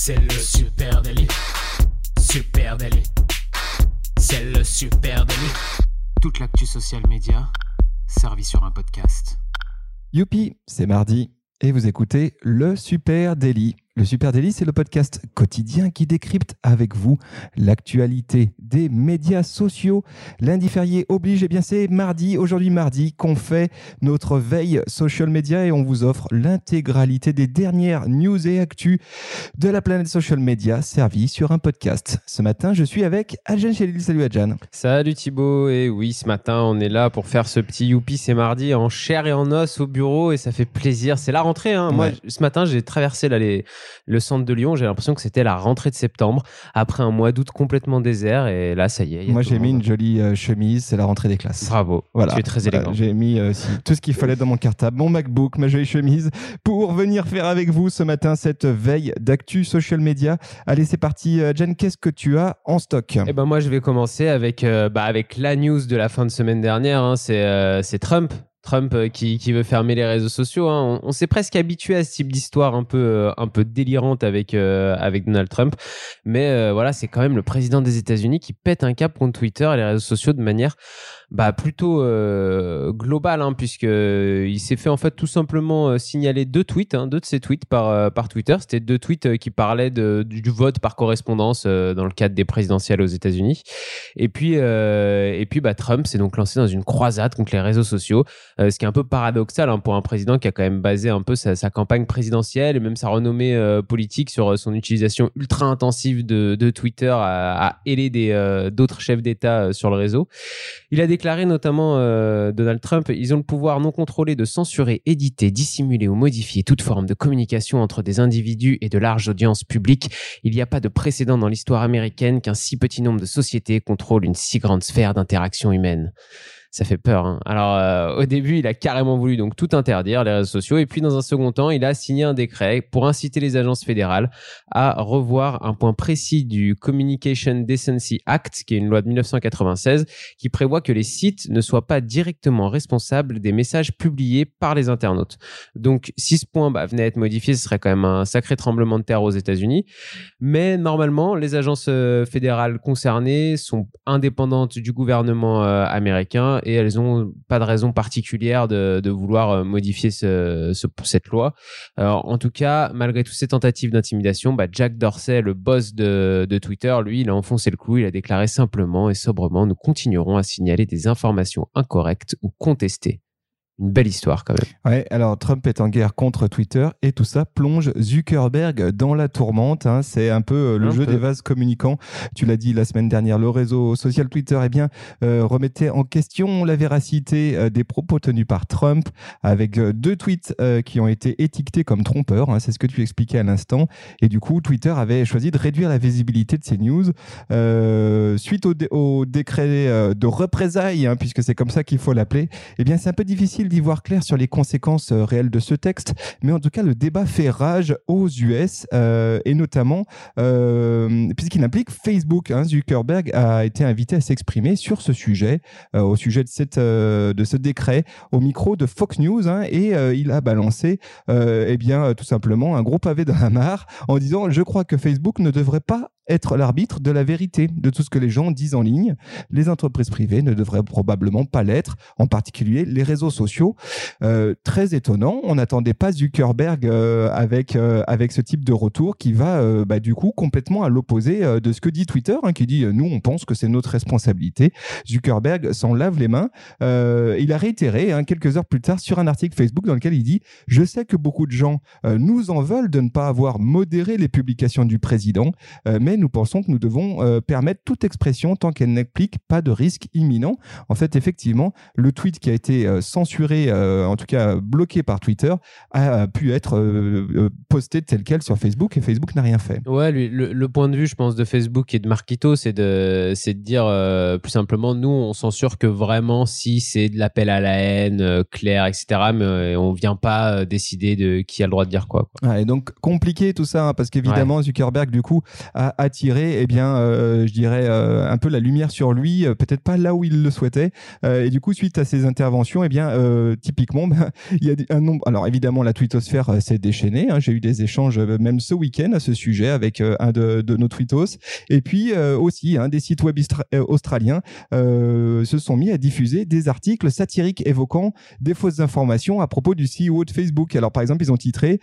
C'est le Super Daily. Super Daily. C'est le Super Daily. Toute l'actu social média servie sur un podcast. Youpi, c'est mardi et vous écoutez le Super Daily. Le Super Daily, c'est le podcast quotidien qui décrypte avec vous l'actualité des médias sociaux. Lundi férié oblige, c'est aujourd'hui mardi, qu'on fait notre veille social media et on vous offre l'intégralité des dernières news et actus de la planète social media servie sur un podcast. Ce matin, je suis avec Adjan Chelil. Salut Adjan. Salut Thibaut, et oui, ce matin, on est là pour faire ce petit youpi, c'est mardi, en chair et en os au bureau et ça fait plaisir. C'est la rentrée, hein. Ouais. Moi, ce matin, j'ai traversé le centre de Lyon, j'ai l'impression que c'était la rentrée de septembre, après un mois d'août complètement désert, et là, ça y est. Moi, j'ai mis une jolie chemise, c'est la rentrée des classes. Bravo, voilà. Tu es très élégant. J'ai mis tout ce qu'il fallait dans mon cartable, mon MacBook, ma jolie chemise, pour venir faire avec vous ce matin cette veille d'actu social media. Allez, c'est parti. Jen, qu'est-ce que tu as en stock ? Eh ben moi, je vais commencer avec la news de la fin de semaine dernière, hein. C'est Trump qui veut fermer les réseaux sociaux, hein. On s'est presque habitué à ce type d'histoire un peu délirante avec Donald Trump, mais voilà, c'est quand même le président des États-Unis qui pète un cap contre Twitter et les réseaux sociaux de manière plutôt globale, hein, puisque il s'est fait en fait tout simplement signaler deux de ses tweets par Twitter. C'était deux tweets qui parlaient du vote par correspondance dans le cadre des présidentielles aux États-Unis. Et puis Trump s'est donc lancé dans une croisade contre les réseaux sociaux. Ce qui est un peu paradoxal, hein, pour un président qui a quand même basé un peu sa campagne présidentielle et même sa renommée politique sur son utilisation ultra intensive de Twitter à héler d'autres chefs d'État sur le réseau. Il a déclaré notamment, Donald Trump, ils ont le pouvoir non contrôlé de censurer, éditer, dissimuler ou modifier toute forme de communication entre des individus et de larges audiences publiques. Il n'y a pas de précédent dans l'histoire américaine qu'un si petit nombre de sociétés contrôlent une si grande sphère d'interaction humaine. Ça fait peur, hein. Alors, au début, il a carrément voulu donc tout interdire, les réseaux sociaux. Et puis, dans un second temps, il a signé un décret pour inciter les agences fédérales à revoir un point précis du Communication Decency Act, qui est une loi de 1996, qui prévoit que les sites ne soient pas directement responsables des messages publiés par les internautes. Donc, si ce point venait à être modifié, ce serait quand même un sacré tremblement de terre aux États-Unis. Mais normalement, les agences fédérales concernées sont indépendantes du gouvernement américain, et elles n'ont pas de raison particulière de vouloir modifier cette loi. Alors, en tout cas, malgré toutes ces tentatives d'intimidation, Jack Dorsey, le boss de Twitter, lui, il a enfoncé le clou. Il a déclaré simplement et sobrement: nous continuerons à signaler des informations incorrectes ou contestées. Une belle histoire quand même. Ouais, alors Trump est en guerre contre Twitter et tout ça plonge Zuckerberg dans la tourmente, hein. C'est un peu le jeu des vases communicants. Tu l'as dit la semaine dernière, le réseau social Twitter remettait en question la véracité des propos tenus par Trump avec deux tweets qui ont été étiquetés comme trompeurs, hein. C'est ce que tu expliquais à l'instant. Et du coup, Twitter avait choisi de réduire la visibilité de ces news suite au décret de représailles, hein, puisque c'est comme ça qu'il faut l'appeler. C'est un peu difficile d'y voir clair sur les conséquences réelles de ce texte, mais en tout cas le débat fait rage aux US et notamment puisqu'il implique Facebook, hein. Zuckerberg a été invité à s'exprimer sur ce sujet, au sujet de ce décret au micro de Fox News, hein, et il a balancé tout simplement un gros pavé dans la mare en disant: je crois que Facebook ne devrait pas être l'arbitre de la vérité de tout ce que les gens disent en ligne. Les entreprises privées ne devraient probablement pas l'être, en particulier les réseaux sociaux. Très étonnant, on n'attendait pas Zuckerberg avec ce type de retour qui va du coup complètement à l'opposé de ce que dit Twitter, hein, qui dit nous on pense que c'est notre responsabilité. Zuckerberg s'en lave les mains. Il a réitéré, hein, quelques heures plus tard sur un article Facebook dans lequel il dit: je sais que beaucoup de gens nous en veulent de ne pas avoir modéré les publications du président, mais nous pensons que nous devons permettre toute expression tant qu'elle n'implique pas de risque imminent. En fait, effectivement, le tweet qui a été censuré, en tout cas bloqué par Twitter, a pu être posté tel quel sur Facebook, et Facebook n'a rien fait. Ouais, le point de vue, je pense, de Facebook et de Marquito, c'est de dire plus simplement, nous, on censure que vraiment si c'est de l'appel à la haine clair, etc., mais on vient pas décider de qui a le droit de dire quoi. Ouais, et donc, compliqué tout ça, hein, parce qu'évidemment, Zuckerberg, du coup, a attiré, je dirais, un peu la lumière sur lui, peut-être pas là où il le souhaitait. Et du coup, suite à ces interventions, typiquement, il y a un nombre. Alors évidemment, la twittosphère s'est déchaînée, hein. J'ai eu des échanges même ce week-end à ce sujet avec un de nos tweetos. Et puis aussi, des sites web australiens se sont mis à diffuser des articles satiriques évoquant des fausses informations à propos du CEO de Facebook. Alors par exemple, ils ont titré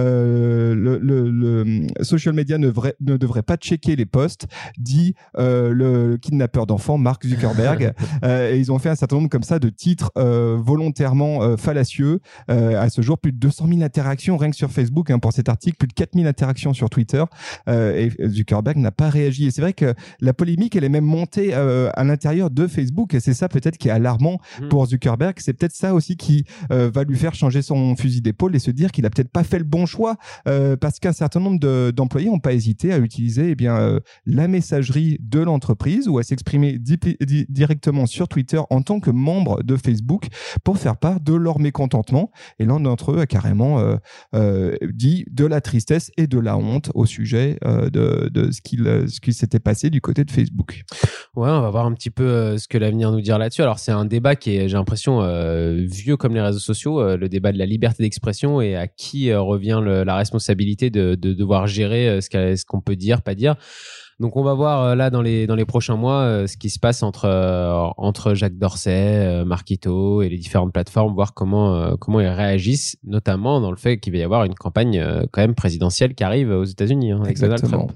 le social media ne devrait pas checker les posts, dit le kidnappeur d'enfants Mark Zuckerberg. Et ils ont fait un certain nombre comme ça de titres volontairement fallacieux. À ce jour, plus de 200 000 interactions rien que sur Facebook pour cet article, plus de 4 000 interactions sur Twitter. Et Zuckerberg n'a pas réagi. Et c'est vrai que la polémique, elle est même montée à l'intérieur de Facebook. Et c'est ça peut-être qui est alarmant pour Zuckerberg. C'est peut-être ça aussi qui va lui faire changer son fusil d'épaule et se dire qu'il a peut-être pas fait le bon choix parce qu'un certain nombre d'employés n'ont pas hésité à utiliser la messagerie de l'entreprise ou à s'exprimer directement sur Twitter en tant que membre de Facebook pour faire part de leur mécontentement. Et l'un d'entre eux a carrément dit de la tristesse et de la honte au sujet de ce qui s'était passé du côté de Facebook. Ouais, on va voir un petit peu ce que l'avenir nous dira là-dessus. Alors c'est un débat qui est, j'ai l'impression, vieux comme les réseaux sociaux, le débat de la liberté d'expression et à qui revient la responsabilité de devoir gérer ce qu'on peut dire, pas dire. Donc on va voir là dans les prochains mois ce qui se passe entre Jacques Dorsey, Marquito et les différentes plateformes, voir comment ils réagissent, notamment dans le fait qu'il va y avoir une campagne quand même présidentielle qui arrive aux États-Unis avec Donald Trump.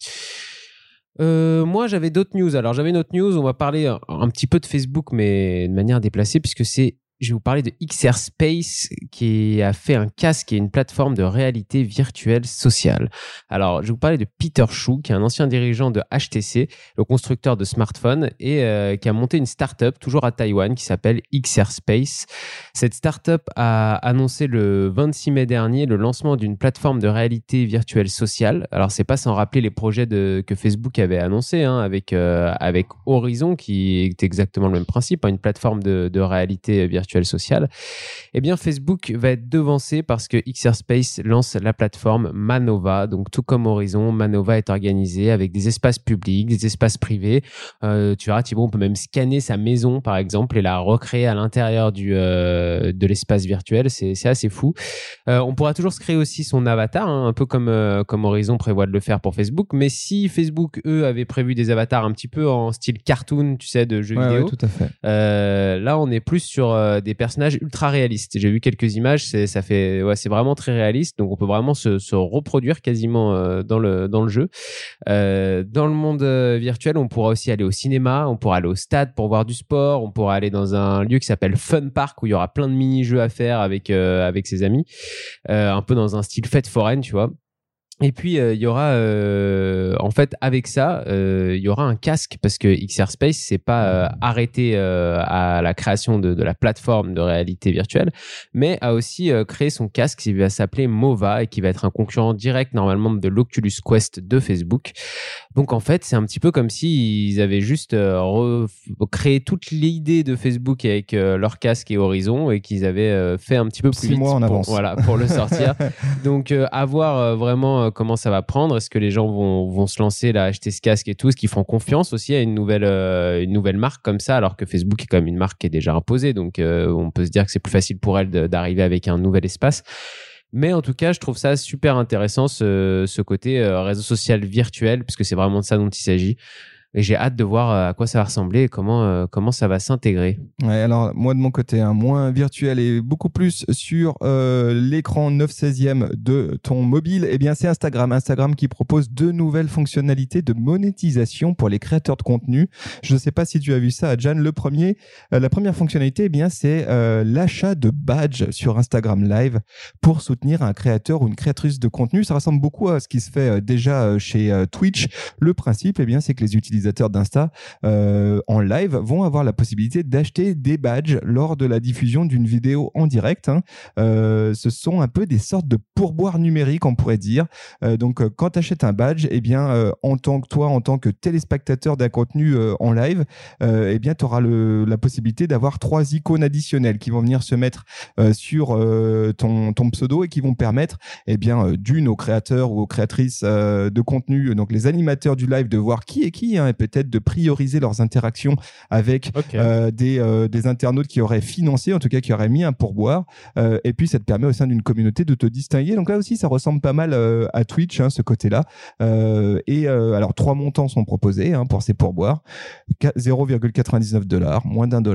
Moi j'avais d'autres news. Alors j'avais une autre news, on va parler un petit peu de Facebook mais de manière déplacée puisque je vais vous parler de XR Space qui a fait un casque et une plateforme de réalité virtuelle sociale. Alors, je vais vous parler de Peter Xu, qui est un ancien dirigeant de HTC, le constructeur de smartphones, et qui a monté une start-up, toujours à Taïwan, qui s'appelle XR Space. Cette start-up a annoncé le 26 mai dernier le lancement d'une plateforme de réalité virtuelle sociale. Alors, c'est pas sans rappeler les projets que Facebook avait annoncés, avec Horizon, qui est exactement le même principe, une plateforme de réalité virtuelle sociale. Eh bien, Facebook va être devancé parce que XR Space lance la plateforme Manova. Donc, tout comme Horizon, Manova est organisé avec des espaces publics, des espaces privés. Tu verras, Thibaut, on peut même scanner sa maison, par exemple, et la recréer à l'intérieur de l'espace virtuel. C'est assez fou. On pourra toujours se créer aussi son avatar, un peu comme Horizon prévoit de le faire pour Facebook. Mais si Facebook, eux, avaient prévu des avatars un petit peu en style cartoon, tu sais, de jeux vidéo. Ouais, tout à fait. Là, on est plus sur des personnages ultra réalistes. J'ai vu quelques images, c'est vraiment très réaliste. Donc, on peut vraiment se reproduire quasiment dans le jeu. Dans le monde virtuel, on pourra aussi aller au cinéma, on pourra aller au stade pour voir du sport, on pourra aller dans un lieu qui s'appelle Fun Park où il y aura plein de mini-jeux à faire avec ses amis, un peu dans un style fête foraine, tu vois. Et puis il y aura en fait avec ça il y aura un casque parce que XR Space c'est pas arrêté à la création de la plateforme de réalité virtuelle mais a aussi créé son casque qui va s'appeler Mova et qui va être un concurrent direct normalement de l'Oculus Quest de Facebook. Donc en fait c'est un petit peu comme si ils avaient juste créé toute l'idée de Facebook avec leur casque et Horizon et qu'ils avaient fait un petit peu plus 6 vite mois en avance. pour le sortir. Donc à voir vraiment comment ça va prendre. Est-ce que les gens vont se lancer là, acheter ce casque et tout, est-ce qu'ils font confiance aussi à une nouvelle marque comme ça, alors que Facebook est quand même une marque qui est déjà imposée, donc on peut se dire que c'est plus facile pour elle d'arriver avec un nouvel espace. Mais en tout cas, je trouve ça super intéressant ce côté réseau social virtuel, puisque c'est vraiment de ça dont il s'agit. Et j'ai hâte de voir à quoi ça va ressembler et comment ça va s'intégrer. Ouais, alors moi de mon côté, moins virtuel et beaucoup plus sur l'écran 9/16e de ton mobile, eh bien c'est Instagram qui propose 2 nouvelles fonctionnalités de monétisation pour les créateurs de contenu. Je ne sais pas si tu as vu ça, Jan. La première fonctionnalité, eh bien c'est l'achat de badges sur Instagram Live pour soutenir un créateur ou une créatrice de contenu. Ça ressemble beaucoup à ce qui se fait déjà chez Twitch. Le principe, eh bien c'est que les utilisateurs d'Insta en live vont avoir la possibilité d'acheter des badges lors de la diffusion d'une vidéo en direct. Ce sont un peu des sortes de pourboires numériques, on pourrait dire. Donc, quand tu achètes un badge, eh bien, en tant que téléspectateur d'un contenu en live, eh bien, tu auras la possibilité d'avoir 3 icônes additionnelles qui vont venir se mettre sur ton pseudo et qui vont permettre, eh bien, aux créateurs ou aux créatrices de contenu, donc les animateurs du live, de voir qui est qui, peut-être de prioriser leurs interactions avec des internautes qui auraient financé, en tout cas qui auraient mis un pourboire. Et puis, ça te permet au sein d'une communauté de te distinguer. Donc là aussi, ça ressemble pas mal à Twitch, ce côté-là. Alors, 3 montants sont proposés pour ces pourboires. $0,99, moins $1,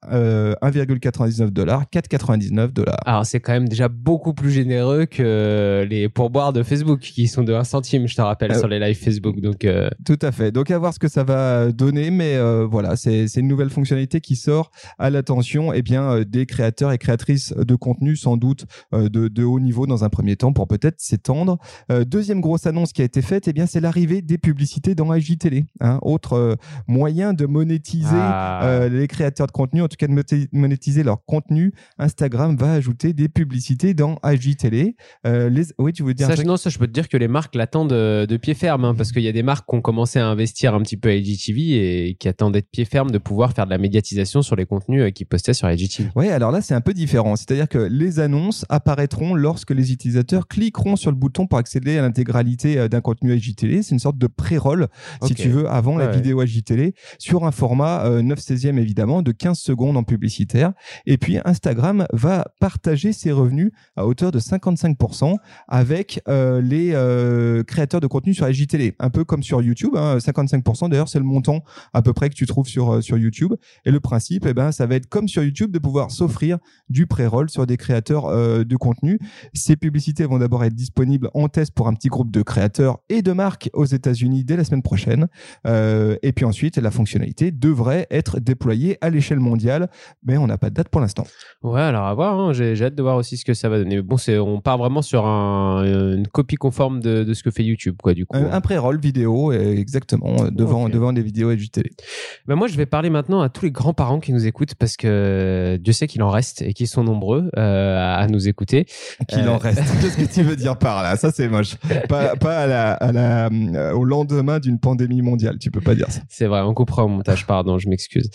$1,99, $4,99. Alors, c'est quand même déjà beaucoup plus généreux que les pourboires de Facebook qui sont de 1 centime, je te rappelle, sur les lives Facebook. Donc, Tout à fait. Donc, à voir ce que ça va donner. Mais voilà, c'est une nouvelle fonctionnalité qui sort à l'attention des créateurs et créatrices de contenu, sans doute de haut niveau dans un premier temps, pour peut-être s'étendre. Deuxième grosse annonce qui a été faite, c'est l'arrivée des publicités dans IGTV. Autre moyen de monétiser les créateurs de contenu, en tout cas de monétiser leur contenu. Instagram va ajouter des publicités dans IGTV. Oui, tu voulais dire ça, non, ça, je peux te dire que les marques l'attendent de pied ferme, parce qu'il y a des marques qui ont commencé à investir un petit peu à IGTV et qui attendaient de pied ferme de pouvoir faire de la médiatisation sur les contenus qu'ils postaient sur IGTV. Oui, alors là, c'est un peu différent. C'est-à-dire que les annonces apparaîtront lorsque les utilisateurs cliqueront sur le bouton pour accéder à l'intégralité d'un contenu IGTV. C'est une sorte de pré-roll, si tu veux, avant la vidéo IGTV, sur un format 9/16e évidemment, de 15 secondes en publicitaire. Et puis, Instagram va partager ses revenus à hauteur de 55% avec les créateurs de contenu sur IGTV. Un peu comme sur YouTube, 55% d'ailleurs, c'est le montant à peu près que tu trouves sur YouTube. Et le principe, ça va être comme sur YouTube, de pouvoir s'offrir du pré-roll sur des créateurs de contenu. Ces publicités vont d'abord être disponibles en test pour un petit groupe de créateurs et de marques aux États-Unis dès la semaine prochaine. Et puis ensuite, la fonctionnalité devrait être déployée à l'échelle mondiale, mais on n'a pas de date pour l'instant. Ouais, alors à voir. J'ai hâte de voir aussi ce que ça va donner. Bon, on part vraiment sur une copie conforme de ce que fait YouTube, quoi, du coup. Un pré-roll vidéo, exactement, devant des vidéos IGTV. Moi, je vais parler maintenant à tous les grands-parents qui nous écoutent, parce que Dieu sait qu'il en reste et qu'ils sont nombreux à nous écouter. Qu'il en reste. Qu'est-ce que tu veux dire par là? Ça, c'est moche. Pas au lendemain d'une pandémie mondiale. Tu peux pas dire ça. C'est vrai, on coupera au montage, pardon, je m'excuse.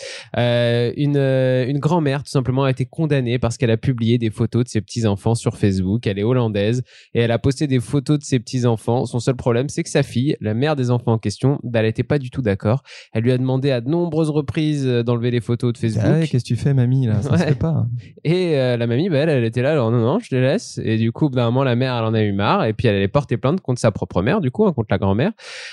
Une grand-mère, tout simplement, a été condamnée parce qu'elle a publié des photos de ses petits-enfants sur Facebook. Elle est hollandaise et elle a posté des photos de ses petits-enfants. Son seul problème, c'est que sa fille, la mère des enfants en question, elle n'était pas du tout d'accord. Elle lui a demandé à de nombreuses reprises d'enlever les photos de Facebook. Qu'est-ce que tu fais, mamie, là? Ça se fait pas. Et la mamie, elle était là, alors non, je les laisse. Et du coup, d'un moment, la mère, elle en a eu marre. Et puis, elle allait porter plainte contre sa propre mère, du coup, contre la grand-mère.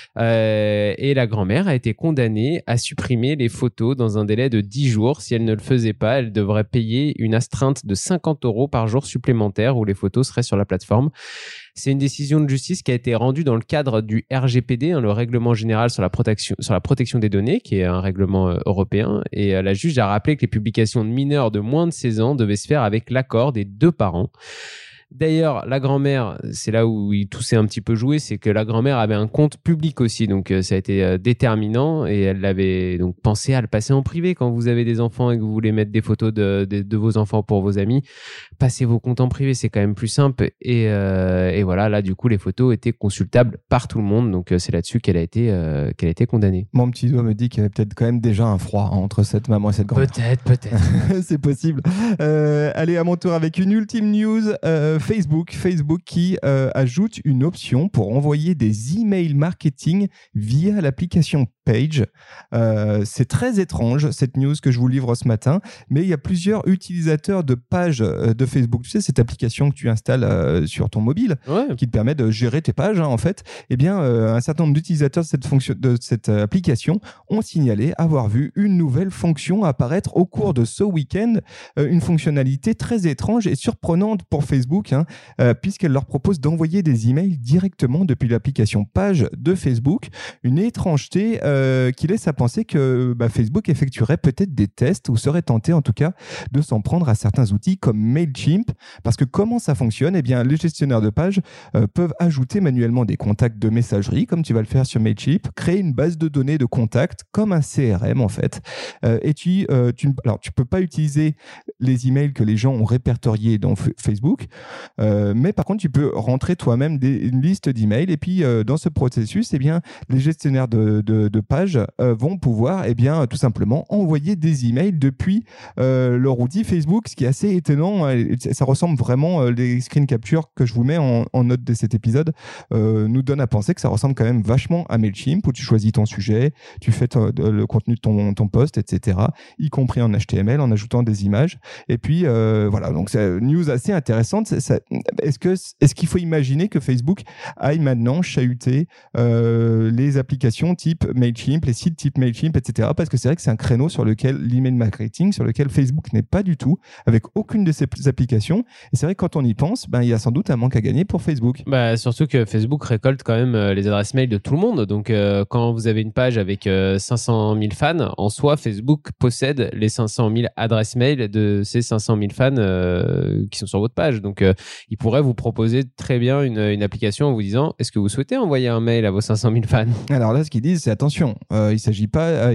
Et la grand-mère a été condamnée à supprimer les photos dans un délai de 10 jours. Si elle ne le faisait pas, elle devrait payer une astreinte de 50 € par jour supplémentaire où les photos seraient sur la plateforme. C'est une décision de justice qui a été rendue dans le cadre du RGPD, le Règlement général sur la protection des données, qui est un règlement européen. Et la juge a rappelé que les publications de mineurs de moins de 16 ans devaient se faire avec l'accord des 2 parents. D'ailleurs, la grand-mère, c'est là où tout s'est un petit peu joué, c'est que la grand-mère avait un compte public aussi, donc ça a été déterminant, et elle avait donc pensé à le passer en privé. Quand vous avez des enfants et que vous voulez mettre des photos de vos enfants pour vos amis, passez vos comptes en privé, c'est quand même plus simple. Et voilà, là du coup, les photos étaient consultables par tout le monde, donc c'est là-dessus qu'elle a été condamnée. Mon petit doigt me dit qu'il y avait peut-être quand même déjà un froid entre cette maman et cette grand-mère. Peut-être. C'est possible. Allez, à mon tour avec une ultime news. Facebook qui ajoute une option pour envoyer des emails marketing via l'application Page. C'est très étrange cette news que je vous livre ce matin, mais il y a plusieurs utilisateurs de pages de Facebook. Tu sais, cette application que tu installes sur ton mobile, qui te permet de gérer tes pages, en fait. Eh bien, un certain nombre d'utilisateurs de cette application ont signalé avoir vu une nouvelle fonction apparaître au cours de ce week-end, une fonctionnalité très étrange et surprenante pour Facebook, puisqu'elle leur propose d'envoyer des emails directement depuis l'application Page de Facebook. Une étrangeté qui laisse à penser que Facebook effectuerait peut-être des tests ou serait tenté en tout cas de s'en prendre à certains outils comme Mailchimp, parce que comment ça fonctionne? Eh bien, les gestionnaires de pages peuvent ajouter manuellement des contacts de messagerie, comme tu vas le faire sur Mailchimp, créer une base de données de contacts comme un CRM en fait. Et tu peux pas utiliser les emails que les gens ont répertoriés dans Facebook. Mais par contre, tu peux rentrer toi-même une liste d'emails et puis dans ce processus, eh bien, les gestionnaires de pages vont pouvoir tout simplement envoyer des emails depuis leur outil Facebook, ce qui est assez étonnant. Ça ressemble vraiment, les screen captures que je vous mets en note de cet épisode nous donnent à penser que ça ressemble quand même vachement à Mailchimp, où tu choisis ton sujet, tu fais le contenu de ton post, etc., y compris en HTML, en ajoutant des images. Et puis voilà, donc c'est une news assez intéressante. Est-ce qu'il faut imaginer que Facebook aille maintenant chahuter les applications type Mailchimp, les sites type Mailchimp, etc., parce que c'est vrai que c'est un créneau sur lequel l'email marketing, sur lequel Facebook n'est pas du tout, avec aucune de ces applications. Et c'est vrai que quand on y pense, il y a sans doute un manque à gagner pour Facebook. Surtout que Facebook récolte quand même les adresses mail de tout le monde. Donc, quand vous avez une page avec 500 000 fans, en soi, Facebook possède les 500 000 adresses mail de ces 500 000 fans qui sont sur votre page. Donc, il pourrait vous proposer très bien une application en vous disant, est-ce que vous souhaitez envoyer un mail à vos 500 000 fans ? Alors là, ce qu'ils disent, c'est attention, il s'agit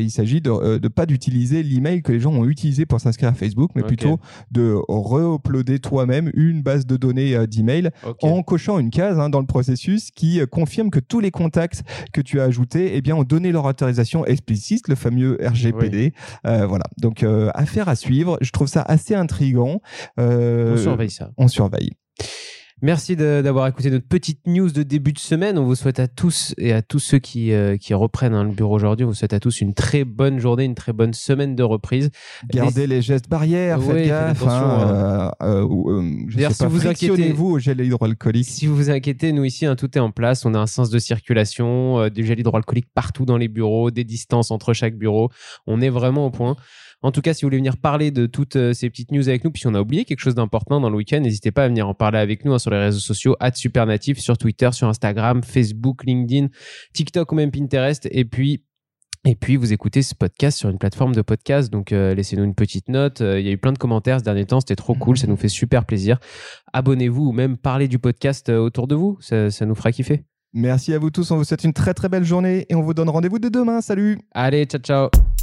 de pas d'utiliser l'email que les gens ont utilisé pour s'inscrire à Facebook, mais plutôt de re-uploader toi-même une base de données d'email en cochant une case dans le processus qui confirme que tous les contacts que tu as ajoutés ont donné leur autorisation explicite, le fameux RGPD. Voilà, donc affaire à suivre. Je trouve ça assez intriguant. On surveille ça. On surveille. Merci d'avoir écouté notre petite news de début de semaine. On vous souhaite à tous et à tous ceux qui reprennent le bureau aujourd'hui, on vous souhaite à tous une très bonne journée, une très bonne semaine de reprise. Gardez les gestes barrières, faites gaffe. D'ailleurs, si vous frictionnez-vous au gel hydroalcoolique. Si vous vous inquiétez, nous ici, tout est en place. On a un sens de circulation, du gel hydroalcoolique partout dans les bureaux, des distances entre chaque bureau. On est vraiment au point. En tout cas, si vous voulez venir parler de toutes ces petites news avec nous, puis si on a oublié quelque chose d'important dans le week-end, n'hésitez pas à venir en parler avec nous sur les réseaux sociaux, @supernatif, sur Twitter, sur Instagram, Facebook, LinkedIn, TikTok ou même Pinterest. Et puis, vous écoutez ce podcast sur une plateforme de podcast, donc laissez-nous une petite note. Il y a eu plein de commentaires ces derniers temps, c'était trop cool, ça nous fait super plaisir. Abonnez-vous ou même parlez du podcast autour de vous, ça nous fera kiffer. Merci à vous tous, on vous souhaite une très très belle journée et on vous donne rendez-vous dès demain. Salut! Allez, ciao ciao!